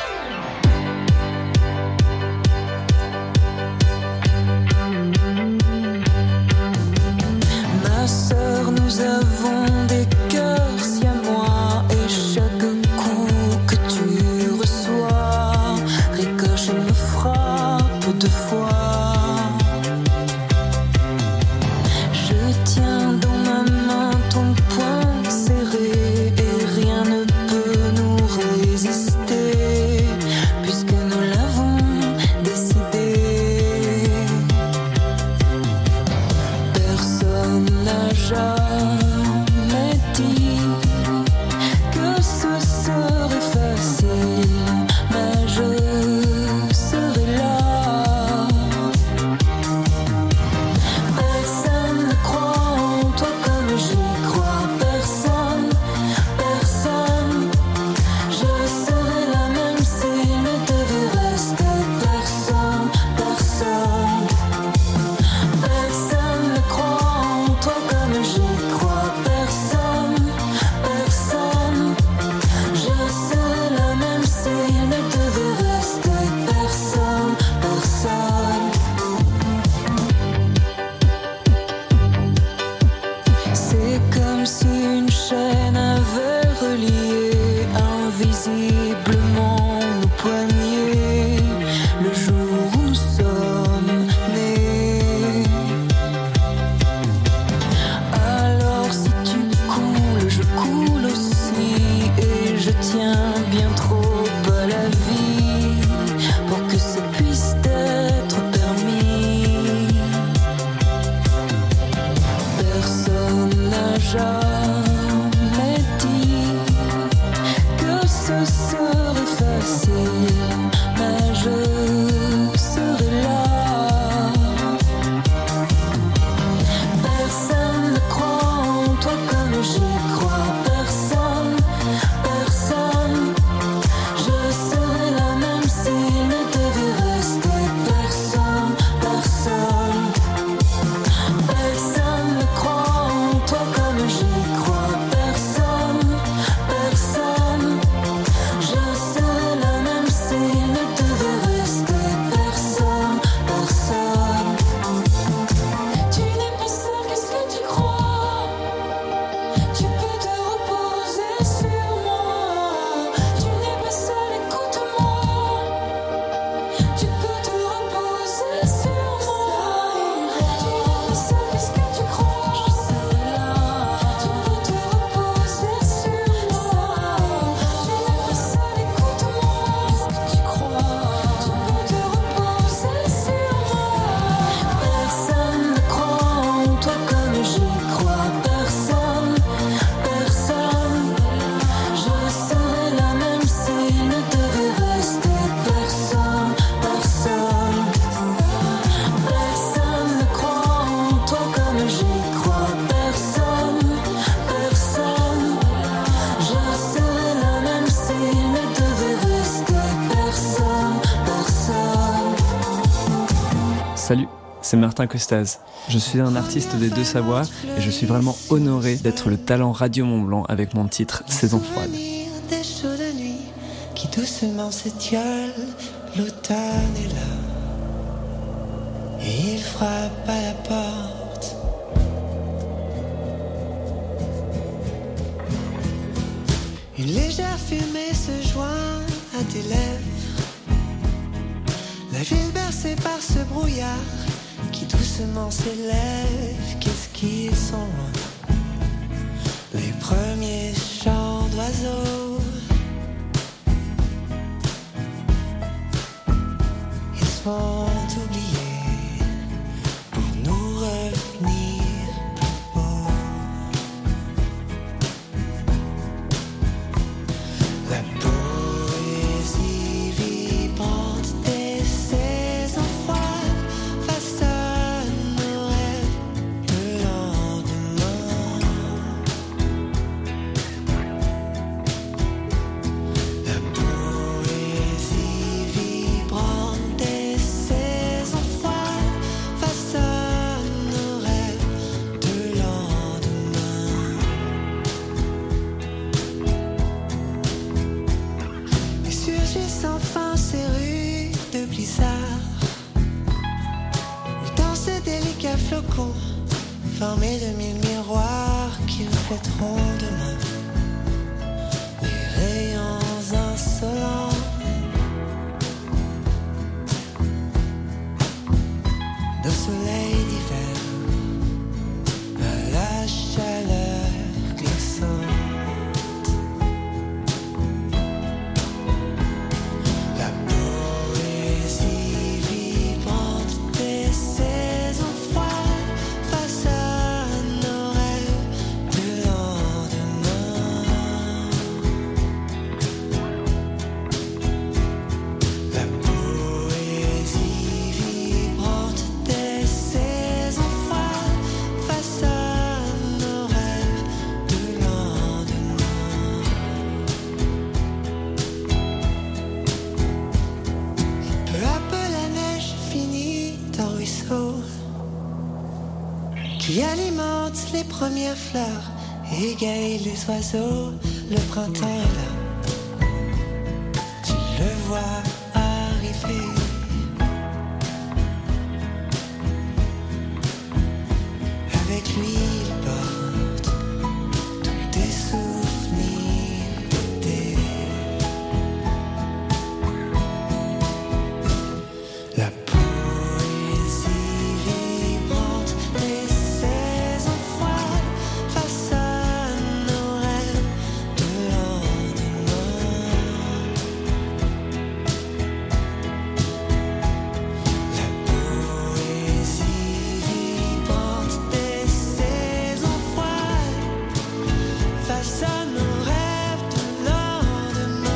Ma sœur, nous avons des cœurs siamois et chaque coup que tu reçois ricochet me frappe deux fois. Je tiens dans ma main ton poing serré et rien ne peut nous résister puisque nous l'avons décidé. Personne n'a jamais dit que ce serait facile, mais je serai là Salut, c'est Martin Costaz. Je suis un artiste des Deux Savoies et je suis vraiment honoré d'être le talent Radio Mont-Blanc avec mon titre Saison froide. Des chauds de nuit qui doucement s'étiolent, l'automne est là et il frappe à la porte. Une légère fumée se joint à tes lèvres. La ville bercée par ce brouillard qui doucement s'élève, qu'est-ce qu'ils sont loin. Les premiers chants d'oiseaux, ils sont oubliés pour nous revenir plus beaux. La poésie vibrante des saisons froides façonne nos rêves de lendemain. La poésie vibrante des saisons froides façonne nos rêves de lendemain. Et surgissent enfin ces rues de blizzard, où dans ces délicats flocons formés de mille miroirs qui reflèteront demain les rayons insolents d'un soleil d'hiver à la chaleur glissante. La poésie vibrante des saisons froides façonne nos rêves de lendemain. La poésie vibrante des saisons froides façonne nos rêves de lendemain. Peu à peu la neige finit en ruisseau qui alimente les premières fleurs, égaye les oiseaux. Le printemps est là, tu le vois arriver. Avec lui il porte tous tes souvenirs d'été. La poésie vibrante des saisons froides façonne nos rêves de lendemain. La poésie vibrante des saisons froides façonne nos rêves de lendemain.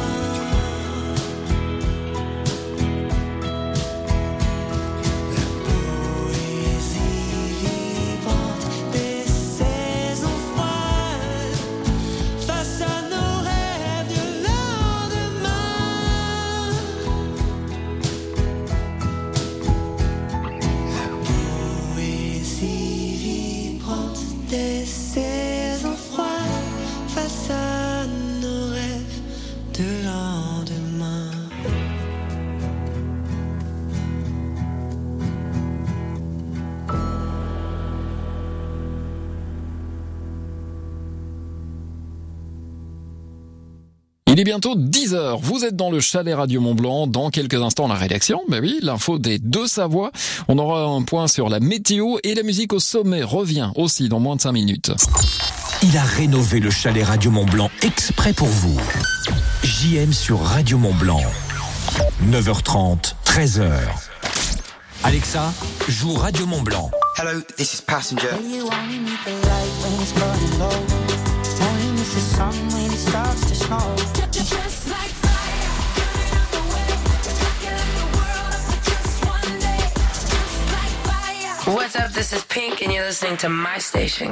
Poésie vibrante des saisons froides façonne nos rêves de lendemain. La poésie vibrante des saisons froides façonne nos rêves de lendemain. Il est bientôt dix heures. Vous êtes dans le chalet Radio Mont-Blanc. Dans quelques instants, la rédaction. Mais oui, l'info des Deux Savoies. On aura un point sur la météo et la musique au sommet revient aussi dans moins de cinq minutes. Il a rénové le chalet Radio Mont-Blanc exprès pour vous. J M sur Radio Mont-Blanc. neuf heures trente, treize heures. Alexa, joue Radio Mont-Blanc. Hello, this is Passenger. You only need the light when it's burning low. Only miss the sun when it starts to snow. Just like fire, burning up the way. Rocking like the world up for just one day. Just like fire. What's up, this is Pink and you're listening to my station.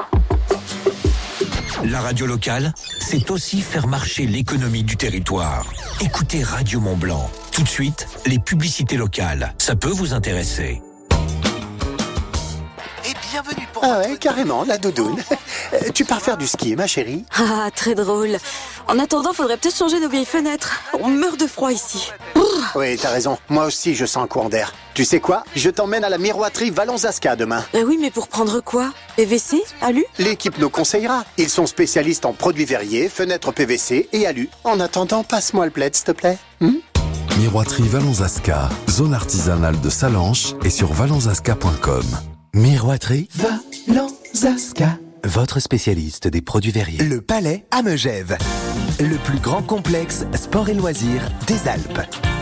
La radio locale, c'est aussi faire marcher l'économie du territoire. Écoutez Radio Mont-Blanc. Tout de suite, les publicités locales. Ça peut vous intéresser. bienvenue pour... Ah ouais, carrément, la doudoune. Tu pars faire du ski, ma chérie? Ah, très drôle. En attendant, faudrait peut-être changer nos vieilles fenêtres. On meurt de froid ici. Oui, t'as raison. Moi aussi, je sens un courant d'air. Tu sais quoi? Je t'emmène à la miroiterie Valonzasca demain. Euh, oui, mais pour prendre quoi? P V C? Alu? L'équipe nous conseillera. Ils sont spécialistes en produits verriers, fenêtres P V C et alu. En attendant, passe-moi le plaid, s'il te plaît. Hmm? Miroiterie Valonzasca, zone artisanale de Salanches et sur valonzasca point com. Miroiterie Valonzasca, votre spécialiste des produits verriers. Le Palais à Megève, le plus grand complexe sport et loisirs des Alpes.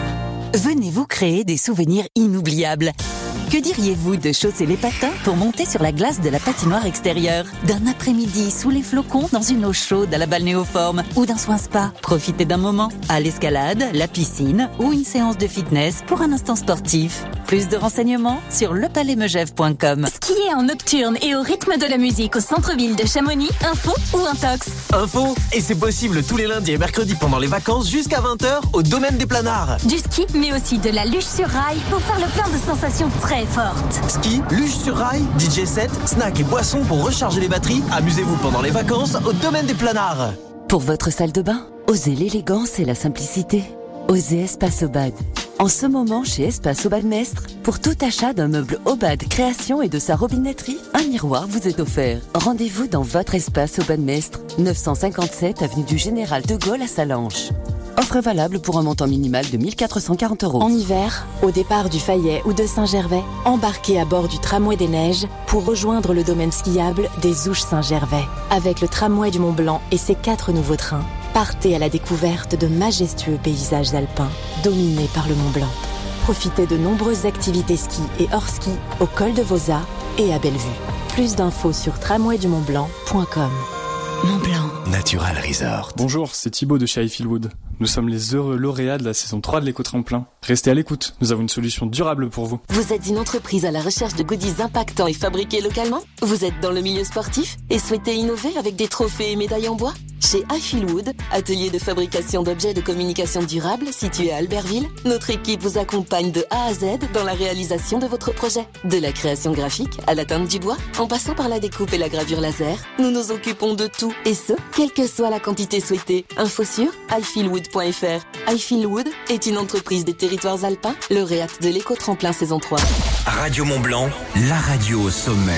Venez vous créer des souvenirs inoubliables. Que diriez-vous de chausser les patins pour monter sur la glace de la patinoire extérieure? D'un après-midi sous les flocons dans une eau chaude à la balnéoforme ou d'un soin spa? Profitez d'un moment à l'escalade, la piscine ou une séance de fitness pour un instant sportif. Plus de renseignements sur le palais megève point com. Skier en nocturne et au rythme de la musique au centre-ville de Chamonix, info ou intox? Info, et c'est possible tous les lundis et mercredis pendant les vacances jusqu'à vingt heures au domaine des Planards. Du ski, mais aussi de la luge sur rail pour faire le plein de sensations très fortes. Ski, luge sur rail, D J set, snacks et boissons pour recharger les batteries. Amusez-vous pendant les vacances au domaine des Planards. Pour votre salle de bain, osez l'élégance et la simplicité. Osez Espace Obad. En ce moment, chez Espace Obad Mestre, pour tout achat d'un meuble Obad Création et de sa robinetterie, un miroir vous est offert. Rendez-vous dans votre Espace Obad Mestre, neuf cent cinquante-sept avenue du Général de Gaulle à Salanches. Offre valable pour un montant minimal de mille quatre cent quarante euros. En hiver, au départ du Fayet ou de Saint-Gervais, embarquez à bord du tramway des neiges pour rejoindre le domaine skiable des Ouches Saint-Gervais. Avec le tramway du Mont Blanc et ses quatre nouveaux trains, partez à la découverte de majestueux paysages alpins dominés par le Mont Blanc. Profitez de nombreuses activités ski et hors ski au col de Vosa et à Bellevue. Plus d'infos sur tramway du mont blanc point com. Mont Blanc Natural Resort. Bonjour, c'est Thibaut de chez iFeelwood. Nous sommes les heureux lauréats de la saison trois de l'éco-tremplin. Restez à l'écoute, nous avons une solution durable pour vous. Vous êtes une entreprise à la recherche de goodies impactants et fabriqués localement? Vous êtes dans le milieu sportif et souhaitez innover avec des trophées et médailles en bois? Chez iFeelwood, atelier de fabrication d'objets de communication durable situé à Albertville, notre équipe vous accompagne de A à Z dans la réalisation de votre projet. De la création graphique à la teinte du bois, en passant par la découpe et la gravure laser, nous nous occupons de tout, et ce, quelle que soit la quantité souhaitée. Info sur iFeelwood point f r. iFeelwood est une entreprise des territoires alpins, lauréate de l'éco-tremplin saison trois. Radio Mont Blanc, la radio au sommet.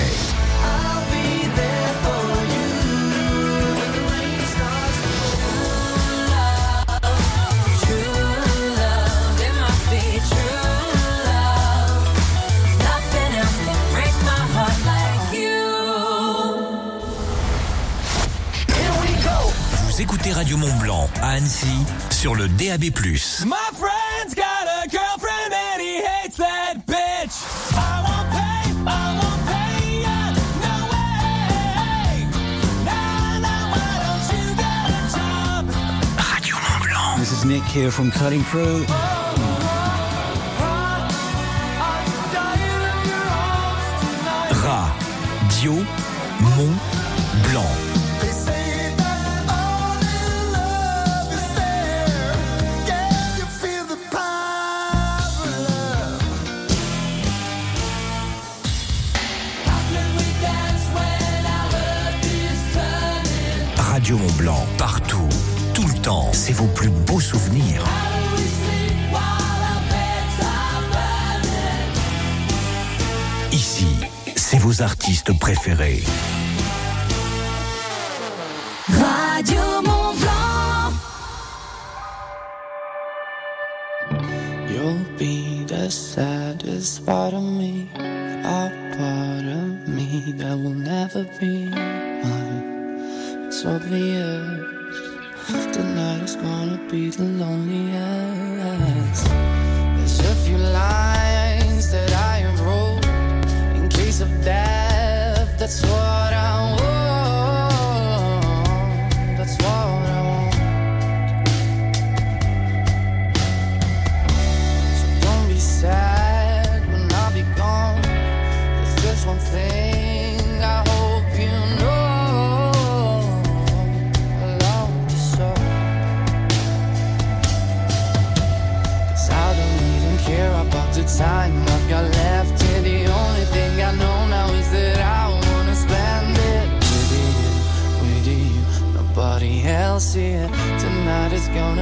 Vous écoutez Radio Mont Blanc à Annecy sur le D A B plus. My friend's got a girlfriend and he hates that bitch. I won't pay, I won't pay ya, no way. Nah, nah, why don't you get a job? Radio Mont Blanc. This is Nick here from Cutting Crew. Radio Mont Blanc. Radio Mont Blanc, partout, tout le temps, c'est vos plus beaux souvenirs. Ici, c'est vos artistes préférés. Radio Mont Blanc. You'll be the saddest part of me, a part of me that will never be mine. It's obvious tonight is gonna be the loneliest. There's a few lines that I have wrote in case of death. That's what I want. That's what I want. So don't be sad when I'll be gone. There's just one thing I hope you know. About the time I've got left, and the only thing I know now is that I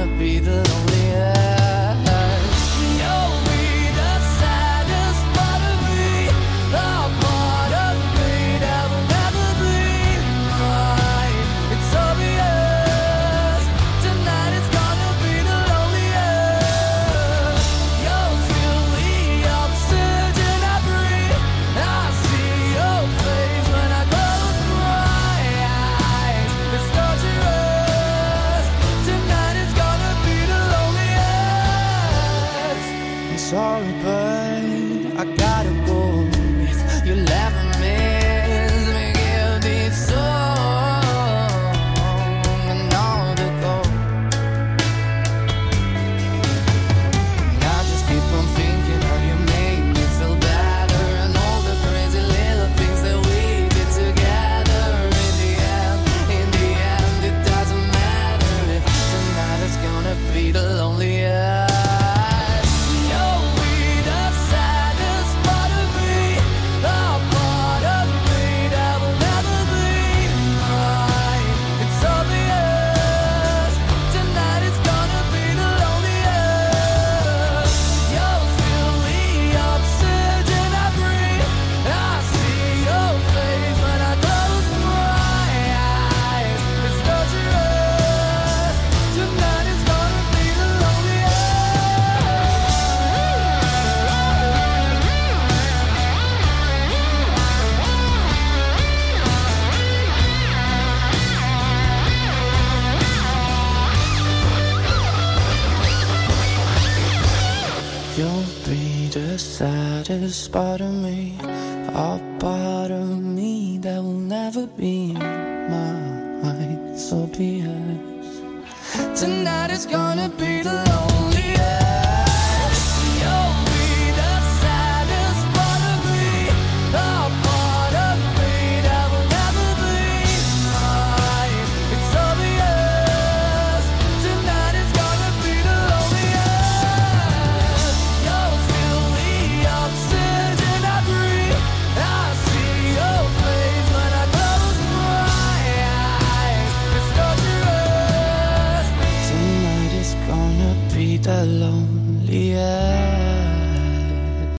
gonna be the loneliest. You'll be the saddest part of me, the part of me that will never be mine. It's obvious, tonight it's gonna be the loneliest. You'll feel the oxygen I breathe. I see your face when I close my eyes. It's torturous, tonight it's gonna be the loneliest. I'm sorry, but I gotta go. If you never miss me, give this song and all to go. And I just keep on thinking how you make me feel better, and all the crazy little things that we did together. In the end, in the end, it doesn't matter if tonight is gonna be the loneliest. You'll be the saddest part of me, the part of me that will never be mine. It's obvious, tonight it's gonna be the loneliest. You'll feel the oxygen I breathe. I see your face when I close my eyes. It's torturous, tonight it's gonna be the loneliest. You'll be the saddest part of me, a part of me that will never be mine. So be it. Tonight is gonna be the loneliest.